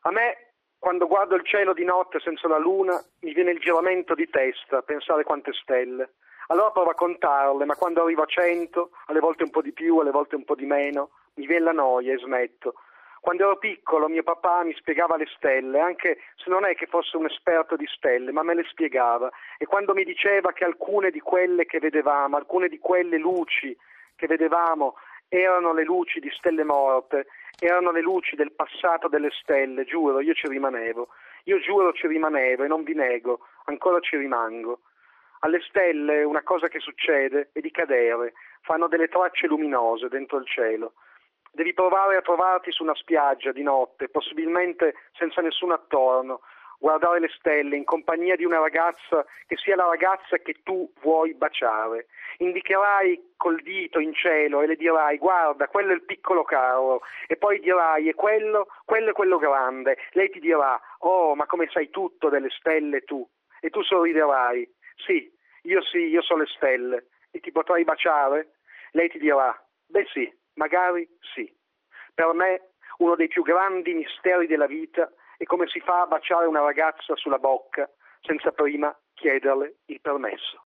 A me, quando guardo il cielo di notte senza la luna, mi viene il giramento di testa a pensare quante stelle. Allora provo a contarle, ma quando arrivo a 100, alle volte un po' di più, alle volte un po' di meno, mi viene la noia e smetto. Quando ero piccolo mio papà mi spiegava le stelle, anche se non è che fosse un esperto di stelle, ma me le spiegava. E quando mi diceva che alcune di quelle che vedevamo, alcune di quelle luci che vedevamo erano le luci di stelle morte, erano le luci del passato delle stelle, giuro, io ci rimanevo. Io giuro ci rimanevo e non vi nego, ancora ci rimango. Alle stelle una cosa che succede è di cadere, fanno delle tracce luminose dentro il cielo. Devi provare a trovarti su una spiaggia di notte, possibilmente senza nessuno attorno, guardare le stelle in compagnia di una ragazza che sia la ragazza che tu vuoi baciare. Indicherai col dito in cielo e le dirai: guarda, quello è il piccolo caro, e poi dirai: e quello è quello grande. Lei ti dirà: oh, ma come sai tutto delle stelle tu? E tu sorriderai: sì, io so le stelle. E ti potrai baciare? Lei ti dirà: beh sì, magari sì. Per me uno dei più grandi misteri della vita è come si fa a baciare una ragazza sulla bocca senza prima chiederle il permesso.